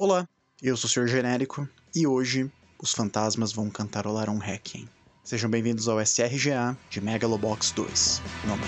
Olá, eu sou o Sr. Genérico e hoje os fantasmas vão cantarolar um Requiem. Sejam bem-vindos ao SRGA de Megalobox 2, Nomad.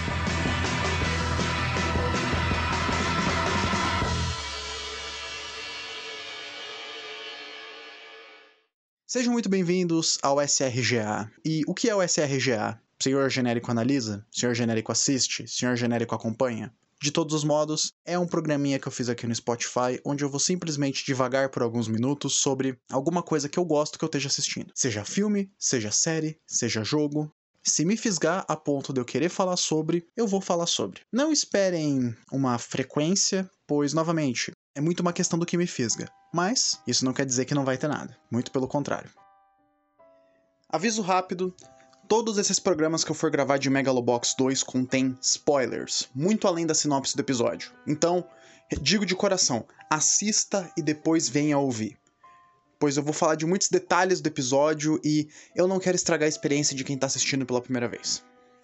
Sejam muito bem-vindos ao SRGA. E o que é o SRGA? Senhor Genérico analisa? Senhor Genérico assiste? Senhor Genérico acompanha? De todos os modos, é um programinha que eu fiz aqui no Spotify, onde eu vou simplesmente divagar por alguns minutos sobre alguma coisa que eu gosto que eu esteja assistindo. Seja filme, seja série, seja jogo. Se me fisgar a ponto de eu querer falar sobre, eu vou falar sobre. Não esperem uma frequência, pois, novamente, é muito uma questão do que me fisga. Mas isso não quer dizer que não vai ter nada. Muito pelo contrário. Aviso rápido. Todos esses programas que eu for gravar de Megalobox 2 contêm spoilers, muito além da sinopse do episódio. Então, digo de coração, assista e depois venha ouvir. Pois eu vou falar de muitos detalhes do episódio e eu não quero estragar a experiência de quem está assistindo pela primeira vez.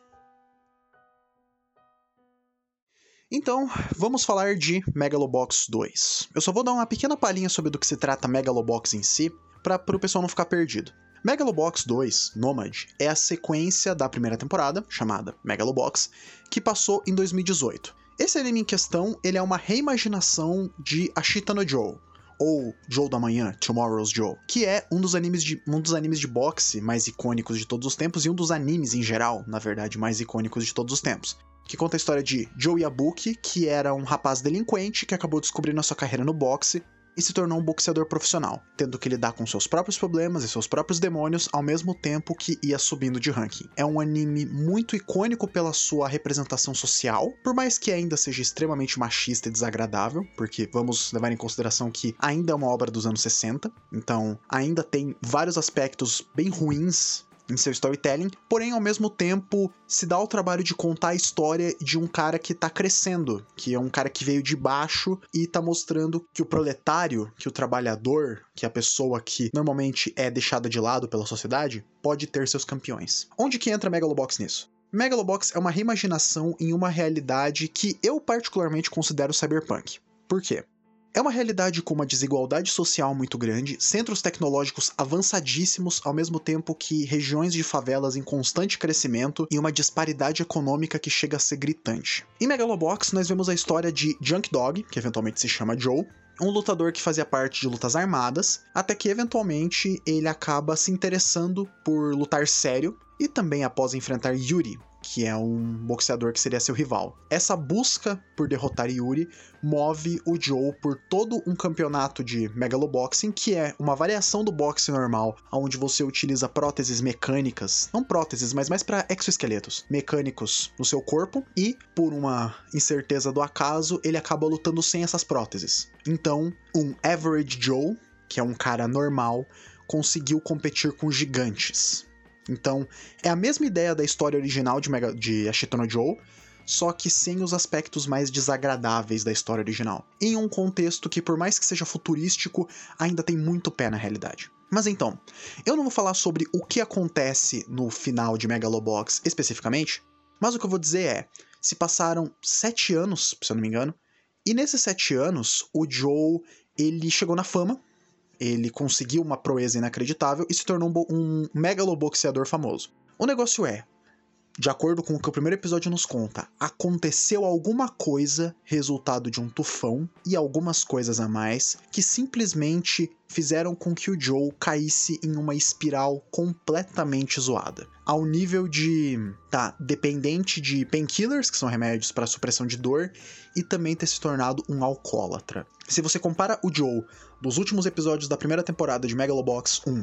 Então, vamos falar de Megalobox 2. Eu só vou dar uma pequena palhinha sobre do que se trata Megalobox em si, para o pessoal não ficar perdido. Megalobox 2, Nomad, é a sequência da primeira temporada, chamada Megalobox, que passou em 2018. Esse anime em questão, ele é uma reimaginação de Ashita no Joe, ou Joe da Manhã, Tomorrow's Joe, que é um dos animes de boxe mais icônicos de todos os tempos e um dos animes em geral, na verdade, mais icônicos de todos os tempos. Que conta a história de Joe Yabuki, que era um rapaz delinquente que acabou descobrindo a sua carreira no boxe e se tornou um boxeador profissional, tendo que lidar com seus próprios problemas e seus próprios demônios ao mesmo tempo que ia subindo de ranking. É um anime muito icônico pela sua representação social, por mais que ainda seja extremamente machista e desagradável, porque vamos levar em consideração que ainda é uma obra dos anos 60, então ainda tem vários aspectos bem ruins em seu storytelling, porém ao mesmo tempo se dá o trabalho de contar a história de um cara que tá crescendo, que é um cara que veio de baixo e tá mostrando que o proletário, que o trabalhador, que a pessoa que normalmente é deixada de lado pela sociedade, pode ter seus campeões. Onde que entra Megalobox nisso? Megalobox é uma reimaginação em uma realidade que eu particularmente considero cyberpunk. Por quê? É uma realidade com uma desigualdade social muito grande, centros tecnológicos avançadíssimos, ao mesmo tempo que regiões de favelas em constante crescimento e uma disparidade econômica que chega a ser gritante. Em Megalobox, nós vemos a história de Junk Dog, que eventualmente se chama Joe, um lutador que fazia parte de lutas armadas, até que eventualmente ele acaba se interessando por lutar sério, e também após enfrentar Yuri, que é um boxeador que seria seu rival. Essa busca por derrotar Yuri move o Joe por todo um campeonato de Megaloboxing, que é uma variação do boxe normal, onde você utiliza próteses mecânicas, não próteses, mas mais para exoesqueletos mecânicos no seu corpo, e por uma incerteza do acaso, ele acaba lutando sem essas próteses. Então, um Average Joe, que é um cara normal, conseguiu competir com gigantes. Então, é a mesma ideia da história original de Ashita no Joe, só que sem os aspectos mais desagradáveis da história original. Em um contexto que, por mais que seja futurístico, ainda tem muito pé na realidade. Mas então, eu não vou falar sobre o que acontece no final de Megalobox especificamente, mas o que eu vou dizer é, se passaram 7 anos, se eu não me engano, e nesses 7 anos, o Joe, ele chegou na fama, ele conseguiu uma proeza inacreditável e se tornou um megaloboxeador famoso. O negócio é, de acordo com o que o primeiro episódio nos conta, aconteceu alguma coisa resultado de um tufão e algumas coisas a mais que simplesmente fizeram com que o Joe caísse em uma espiral completamente zoada. Ao nível de estar dependente de painkillers, que são remédios para supressão de dor, e também ter se tornado um alcoólatra. Se você compara o Joe dos últimos episódios da primeira temporada de Megalobox 1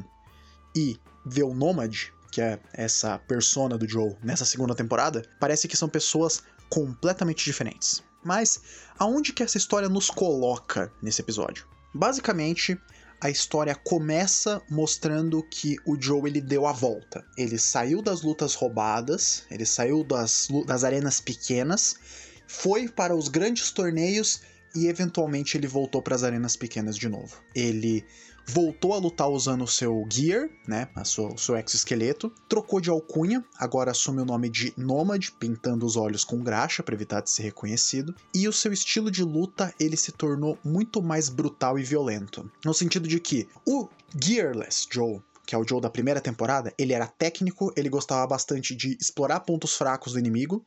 e vê o Nomad, que é essa persona do Joe nessa segunda temporada, parece que são pessoas completamente diferentes. Mas aonde que essa história nos coloca nesse episódio? Basicamente, a história começa mostrando que o Joe ele deu a volta. Ele saiu das lutas roubadas, ele saiu das arenas pequenas, foi para os grandes torneios e eventualmente ele voltou para as arenas pequenas de novo. Ele voltou a lutar usando o seu gear, né, o seu exoesqueleto, trocou de alcunha, agora assume o nome de Nomad, pintando os olhos com graxa para evitar de ser reconhecido, e o seu estilo de luta ele se tornou muito mais brutal e violento, no sentido de que o Gearless Joe, que é o Joe da primeira temporada, ele era técnico, ele gostava bastante de explorar pontos fracos do inimigo,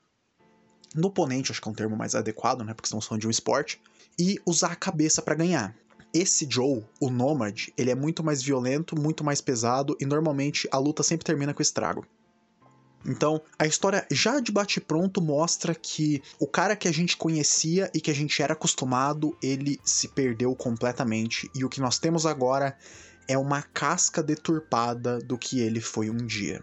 no oponente, acho que é um termo mais adequado, né, porque estamos falando de um esporte, e usar a cabeça para ganhar. Esse Joe, o Nomad, ele é muito mais violento, muito mais pesado, e normalmente a luta sempre termina com estrago. Então, a história já de bate-pronto mostra que o cara que a gente conhecia e que a gente era acostumado, ele se perdeu completamente, e o que nós temos agora é uma casca deturpada do que ele foi um dia.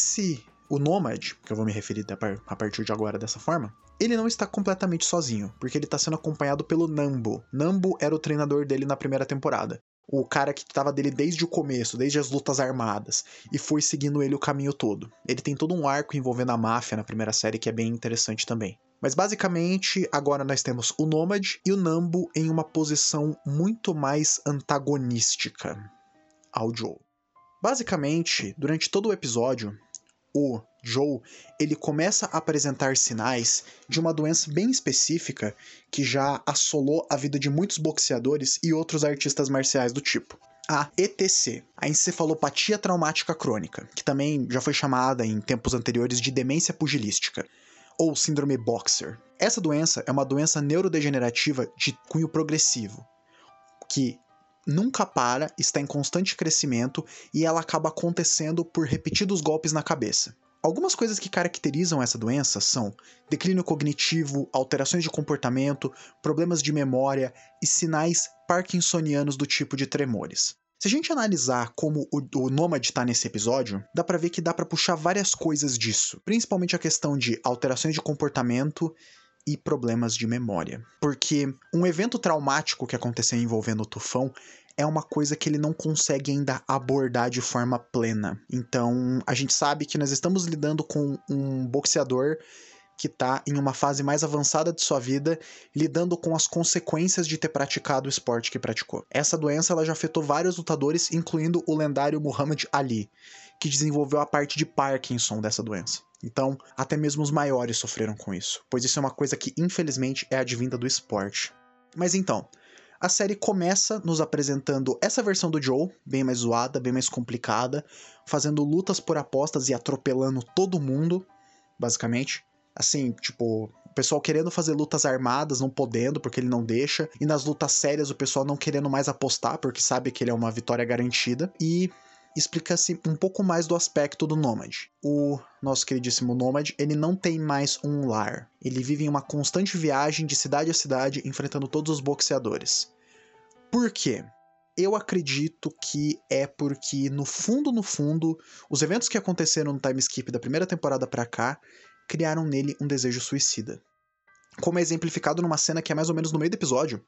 O Nomad, que eu vou me referir a partir de agora dessa forma, ele não está completamente sozinho, porque ele está sendo acompanhado pelo Nambu. Nambu era o treinador dele na primeira temporada. O cara que estava dele desde o começo, desde as lutas armadas, e foi seguindo ele o caminho todo. Ele tem todo um arco envolvendo a máfia na primeira série que é bem interessante também. Mas basicamente, agora nós temos o Nomad e o Nambu em uma posição muito mais antagonística ao Joe. Basicamente, durante todo o episódio, o Joe, ele começa a apresentar sinais de uma doença bem específica que já assolou a vida de muitos boxeadores e outros artistas marciais do tipo. A ETC, a encefalopatia traumática crônica, que também já foi chamada em tempos anteriores de demência pugilística, ou síndrome Boxer. Essa doença é uma doença neurodegenerativa de cunho progressivo, que nunca para, está em constante crescimento e ela acaba acontecendo por repetidos golpes na cabeça. Algumas coisas que caracterizam essa doença são declínio cognitivo, alterações de comportamento, problemas de memória e sinais parkinsonianos do tipo de tremores. Se a gente analisar como o Nomad está nesse episódio, dá pra ver que dá pra puxar várias coisas disso, principalmente a questão de alterações de comportamento e problemas de memória. Porque um evento traumático que aconteceu envolvendo o tufão é uma coisa que ele não consegue ainda abordar de forma plena. Então, a gente sabe que nós estamos lidando com um boxeador que está em uma fase mais avançada de sua vida, lidando com as consequências de ter praticado o esporte que praticou. Essa doença ela já afetou vários lutadores, incluindo o lendário Muhammad Ali, que desenvolveu a parte de Parkinson dessa doença. Então, até mesmo os maiores sofreram com isso, pois isso é uma coisa que, infelizmente, é advinda do esporte. Mas então, a série começa nos apresentando essa versão do Joe, bem mais zoada, bem mais complicada, fazendo lutas por apostas e atropelando todo mundo, basicamente. Assim, tipo, o pessoal querendo fazer lutas armadas, não podendo, porque ele não deixa, e nas lutas sérias o pessoal não querendo mais apostar, porque sabe que ele é uma vitória garantida, e explica-se um pouco mais do aspecto do Nomad. O nosso queridíssimo Nomad, ele não tem mais um lar. Ele vive em uma constante viagem de cidade a cidade, enfrentando todos os boxeadores. Por quê? Eu acredito que é porque, no fundo, os eventos que aconteceram no time skip da primeira temporada pra cá, criaram nele um desejo suicida. Como é exemplificado numa cena que é mais ou menos no meio do episódio,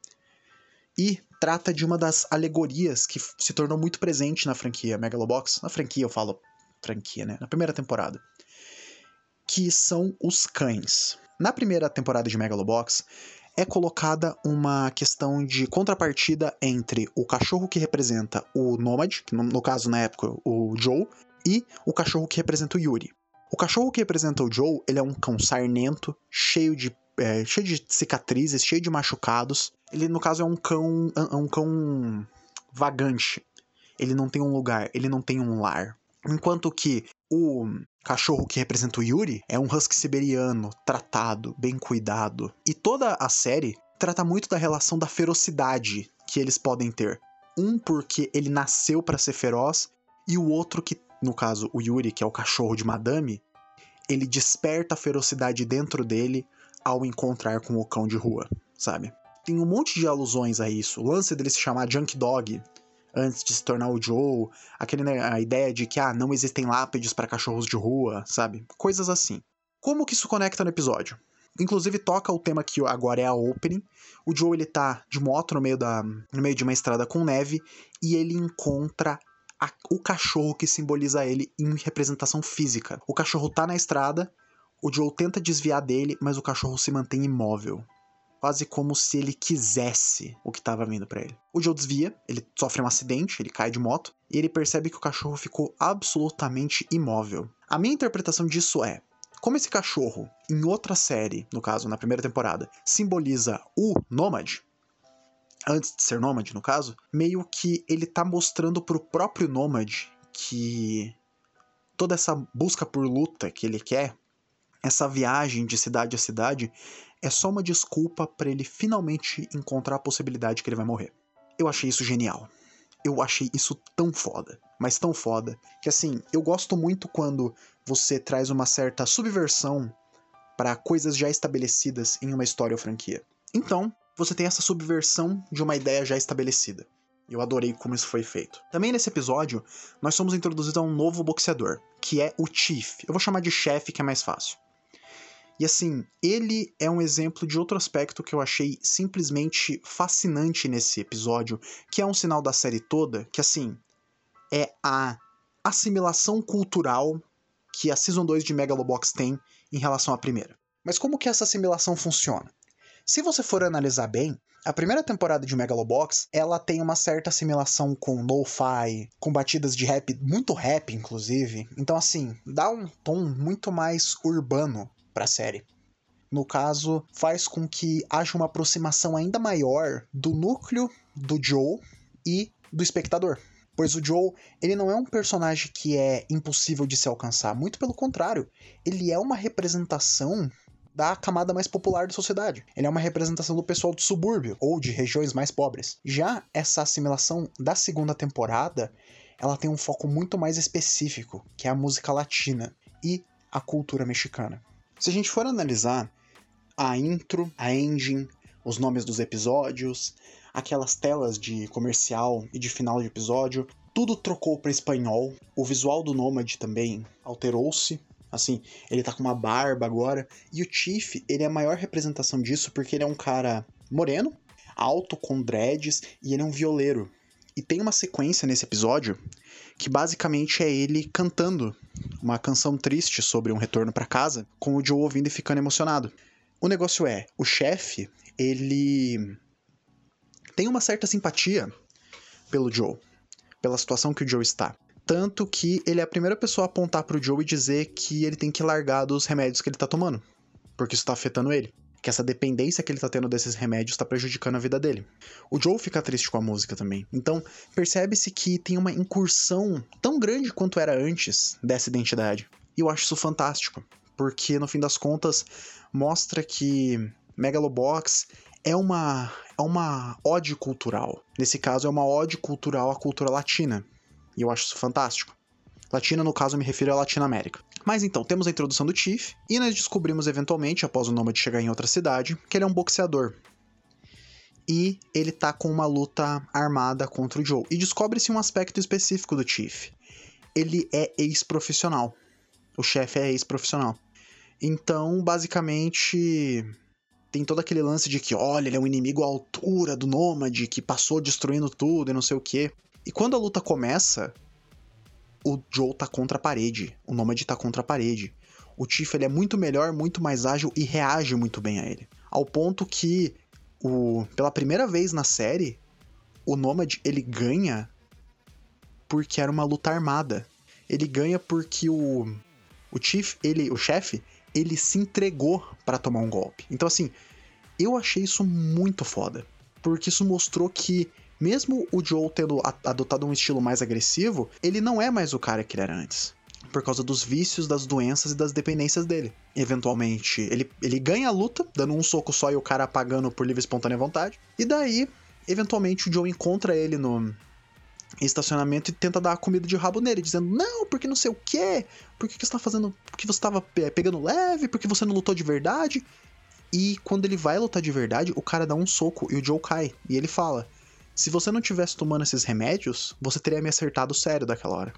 e trata de uma das alegorias que se tornou muito presente na franquia Megalobox. Na franquia eu falo franquia, né? Na primeira temporada. Que são os cães. Na primeira temporada de Megalobox é colocada uma questão de contrapartida entre o cachorro que representa o Nomad, que no caso na época o Joe, e o cachorro que representa o Yuri. O cachorro que representa o Joe, ele é um cão sarnento, cheio de cicatrizes, cheio de machucados. Ele, no caso, é um cão vagante. Ele não tem um lugar, ele não tem um lar. Enquanto que o cachorro que representa o Yuri é um husky siberiano, tratado, bem cuidado. E toda a série trata muito da relação da ferocidade que eles podem ter. Um porque ele nasceu para ser feroz, e o outro que, no caso, o Yuri, que é o cachorro de Madame, ele desperta a ferocidade dentro dele ao encontrar com o cão de rua, sabe? Tem um monte de alusões a isso. O lance dele se chamar Junk Dog antes de se tornar o Joe, a ideia de que não existem lápides para cachorros de rua, sabe? Coisas assim. Como que isso conecta no episódio? Inclusive toca o tema que agora é a opening. O Joe ele tá de moto no meio de uma estrada com neve e ele encontra o cachorro que simboliza ele em representação física. O cachorro tá na estrada, o Joe tenta desviar dele, mas o cachorro se mantém imóvel. quase como se ele quisesse o que estava vindo para ele. O Joe desvia, ele sofre um acidente, ele cai de moto, e ele percebe que o cachorro ficou absolutamente imóvel. A minha interpretação disso é, como esse cachorro, em outra série, no caso, na primeira temporada, simboliza o Nômade, antes de ser Nômade, no caso, meio que ele tá mostrando pro próprio Nômade que toda essa busca por luta que ele quer, essa viagem de cidade a cidade, é só uma desculpa para ele finalmente encontrar a possibilidade que ele vai morrer. Eu achei isso genial. Eu achei isso tão foda, mas tão foda, que assim, eu gosto muito quando você traz uma certa subversão para coisas já estabelecidas em uma história ou franquia. Então, você tem essa subversão de uma ideia já estabelecida. Eu adorei como isso foi feito. Também nesse episódio, nós somos introduzidos a um novo boxeador, que é o Chief. Eu vou chamar de chefe, que é mais fácil. E assim, ele é um exemplo de outro aspecto que eu achei simplesmente fascinante nesse episódio, que é um sinal da série toda, que assim, é a assimilação cultural que a Season 2 de Megalobox tem em relação à primeira. Mas como que essa assimilação funciona? Se você for analisar bem, a primeira temporada de Megalobox, ela tem uma certa assimilação com lo-fi, com batidas de rap, muito rap inclusive. Então assim, dá um tom muito mais urbano pra série. No caso, faz com que haja uma aproximação ainda maior do núcleo do Joe e do espectador. Pois o Joe, ele não é um personagem que é impossível de se alcançar, muito pelo contrário, ele é uma representação da camada mais popular da sociedade. Ele é uma representação do pessoal do subúrbio, ou de regiões mais pobres. Já essa assimilação da segunda temporada, ela tem um foco muito mais específico, que é a música latina e a cultura mexicana. Se a gente for analisar a intro, a engine, os nomes dos episódios, aquelas telas de comercial e de final de episódio, tudo trocou para espanhol. O visual do Nômade também alterou-se. Assim, ele tá com uma barba agora. E o Chief, ele é a maior representação disso porque ele é um cara moreno, alto, com dreads, e ele é um violeiro. E tem uma sequência nesse episódio que basicamente é ele cantando uma canção triste sobre um retorno para casa, com o Joe ouvindo e ficando emocionado. O negócio é, o chefe, ele tem uma certa simpatia pelo Joe, pela situação que o Joe está. Tanto que ele é a primeira pessoa a apontar pro Joe e dizer que ele tem que largar dos remédios que ele tá tomando, porque isso tá afetando ele. Que essa dependência que ele tá tendo desses remédios tá prejudicando a vida dele. O Joe fica triste com a música também. Então, percebe-se que tem uma incursão tão grande quanto era antes dessa identidade. E eu acho isso fantástico, porque no fim das contas mostra que Megalobox é uma ode cultural. Nesse caso, é uma ode cultural à cultura latina. E eu acho isso fantástico. Latina, no caso, eu me refiro à Latinoamérica. Mas então, temos a introdução do Chief, e nós descobrimos eventualmente, após o Nômade chegar em outra cidade, que ele é um boxeador. E ele tá com uma luta armada contra o Joe. E descobre-se um aspecto específico do Chief. Ele é ex-profissional. O chefe é ex-profissional. Então, basicamente, tem todo aquele lance de que, olha, ele é um inimigo à altura do Nômade, que passou destruindo tudo e não sei o quê. E quando a luta começa, o Joe tá contra a parede, o Nômade tá contra a parede. O Chief, ele é muito melhor, muito mais ágil e reage muito bem a ele. Ao ponto que, pela primeira vez na série, o Nômade, ele ganha porque era uma luta armada. Ele ganha porque o Chief, o chefe, ele se entregou pra tomar um golpe. Então assim, eu achei isso muito foda. Porque isso mostrou que mesmo o Joe tendo adotado um estilo mais agressivo, ele não é mais o cara que ele era antes. Por causa dos vícios, das doenças e das dependências dele. Eventualmente, ele ganha a luta, dando um soco só e o cara apagando por livre e espontânea vontade. E daí, eventualmente, o Joe encontra ele no estacionamento e tenta dar a comida de rabo nele, dizendo, não, porque não sei o quê, por que você tá fazendo, porque você tava pegando leve, porque você não lutou de verdade. E quando ele vai lutar de verdade, o cara dá um soco e o Joe cai. E ele fala, se você não tivesse tomando esses remédios, você teria me acertado sério daquela hora.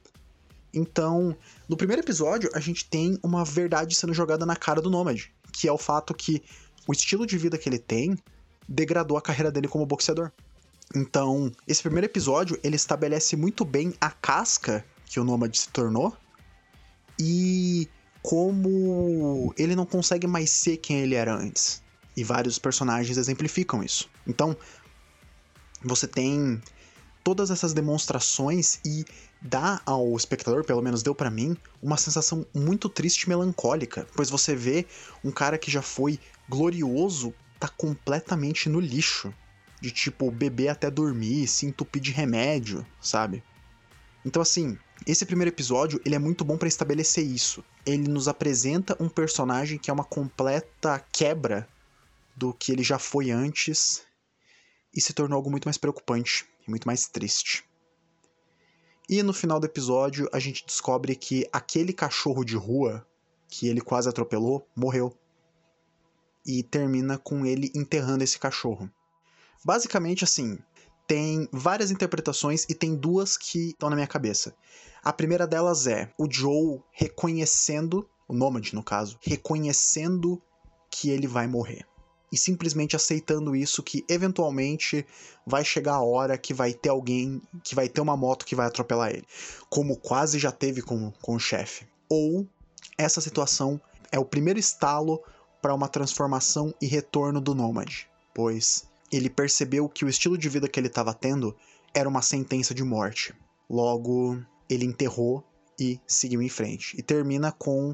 Então, no primeiro episódio, a gente tem uma verdade sendo jogada na cara do Nômade, que é o fato que o estilo de vida que ele tem degradou a carreira dele como boxeador. Então, esse primeiro episódio, ele estabelece muito bem a casca que o Nômade se tornou e como ele não consegue mais ser quem ele era antes. E vários personagens exemplificam isso. Então, você tem todas essas demonstrações e dá ao espectador, pelo menos deu pra mim, uma sensação muito triste e melancólica, pois você vê um cara que já foi glorioso tá completamente no lixo, de tipo beber até dormir, se entupir de remédio, sabe? Então assim, esse primeiro episódio ele é muito bom pra estabelecer isso. Ele nos apresenta um personagem que é uma completa quebra do que ele já foi antes e se tornou algo muito mais preocupante e muito mais triste. E no final do episódio, a gente descobre que aquele cachorro de rua que ele quase atropelou, morreu. E termina com ele enterrando esse cachorro. Basicamente, assim, tem várias interpretações e tem duas que estão na minha cabeça. A primeira delas é o Joe reconhecendo, o Nômade no caso, reconhecendo que ele vai morrer. E simplesmente aceitando isso, que eventualmente vai chegar a hora que vai ter alguém, que vai ter uma moto que vai atropelar ele. Como quase já teve com o chefe. Ou essa situação é o primeiro estalo para uma transformação e retorno do Nômade. Pois ele percebeu que o estilo de vida que ele estava tendo era uma sentença de morte. Logo, ele enterrou e seguiu em frente. E termina com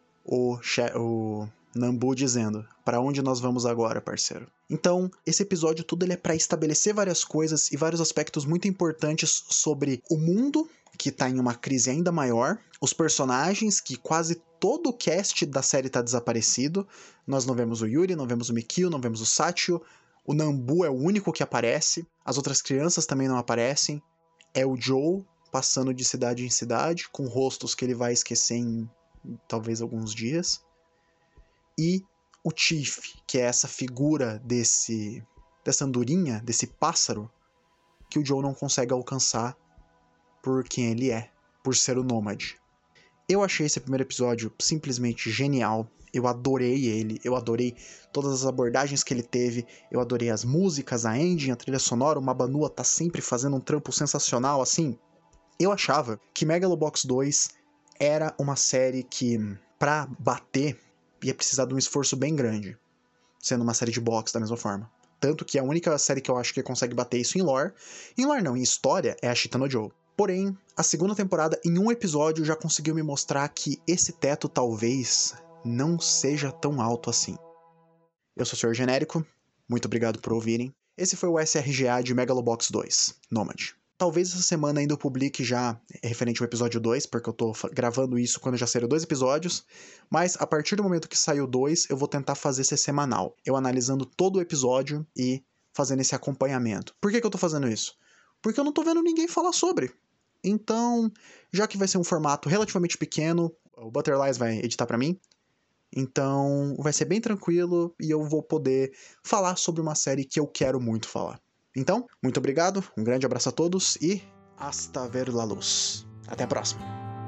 o Nambu dizendo: "Pra onde nós vamos agora, parceiro?" Então, esse episódio todo ele é pra estabelecer várias coisas e vários aspectos muito importantes sobre o mundo, que tá em uma crise ainda maior, os personagens, que quase todo o cast da série tá desaparecido. Nós não vemos o Yuri, não vemos o Mikio, não vemos o Sachio, o Nambu é o único que aparece, as outras crianças também não aparecem. É o Joe passando de cidade em cidade, com rostos que ele vai esquecer em talvez alguns dias. E o Chief, que é essa figura dessa andorinha, desse pássaro, que o Joe não consegue alcançar por quem ele é, por ser o Nômade. Eu achei esse primeiro episódio simplesmente genial, eu adorei ele, eu adorei todas as abordagens que ele teve, eu adorei as músicas, a engine, a trilha sonora, o Mabanua tá sempre fazendo um trampo sensacional, assim. Eu achava que Megalobox 2 era uma série que, pra bater, ia precisar de um esforço bem grande, sendo uma série de box da mesma forma. Tanto que a única série que eu acho que consegue bater isso em lore não, em história, é a Cheetah no Joe. Porém, a segunda temporada, em um episódio, já conseguiu me mostrar que esse teto talvez não seja tão alto assim. Eu sou o Sr. Genérico, muito obrigado por ouvirem. Esse foi o SRGA de Megalobox 2, Nômade. Talvez essa semana ainda eu publique já referente ao episódio 2, porque eu tô gravando isso quando já saíram 2 episódios, mas a partir do momento que saiu 2, eu vou tentar fazer ser semanal, eu analisando todo o episódio e fazendo esse acompanhamento. Por que eu tô fazendo isso? Porque eu não tô vendo ninguém falar sobre. Então, já que vai ser um formato relativamente pequeno, o Butterlies vai editar pra mim, então vai ser bem tranquilo e eu vou poder falar sobre uma série que eu quero muito falar. Então, muito obrigado, um grande abraço a todos e hasta ver la luz. Até a próxima.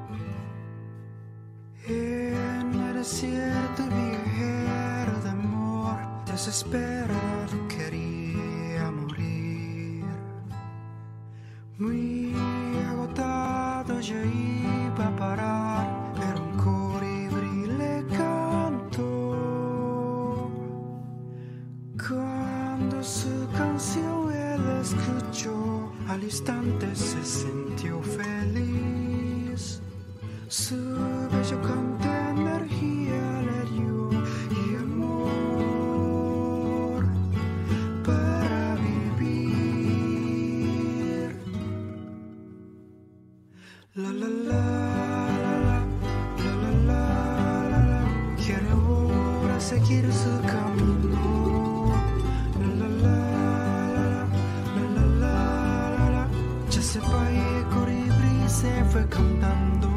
Muy agotado ya iba a parar, pero un colibrí le cantó. Cuando su canción él escuchó, al instante se sintió feliz. Su bello canto energía le dio y amor para vivir. La la la la la la la la, quiere ahora seguir su camino. La la la la la la la la, ya se va y el colibrí se fue cantando.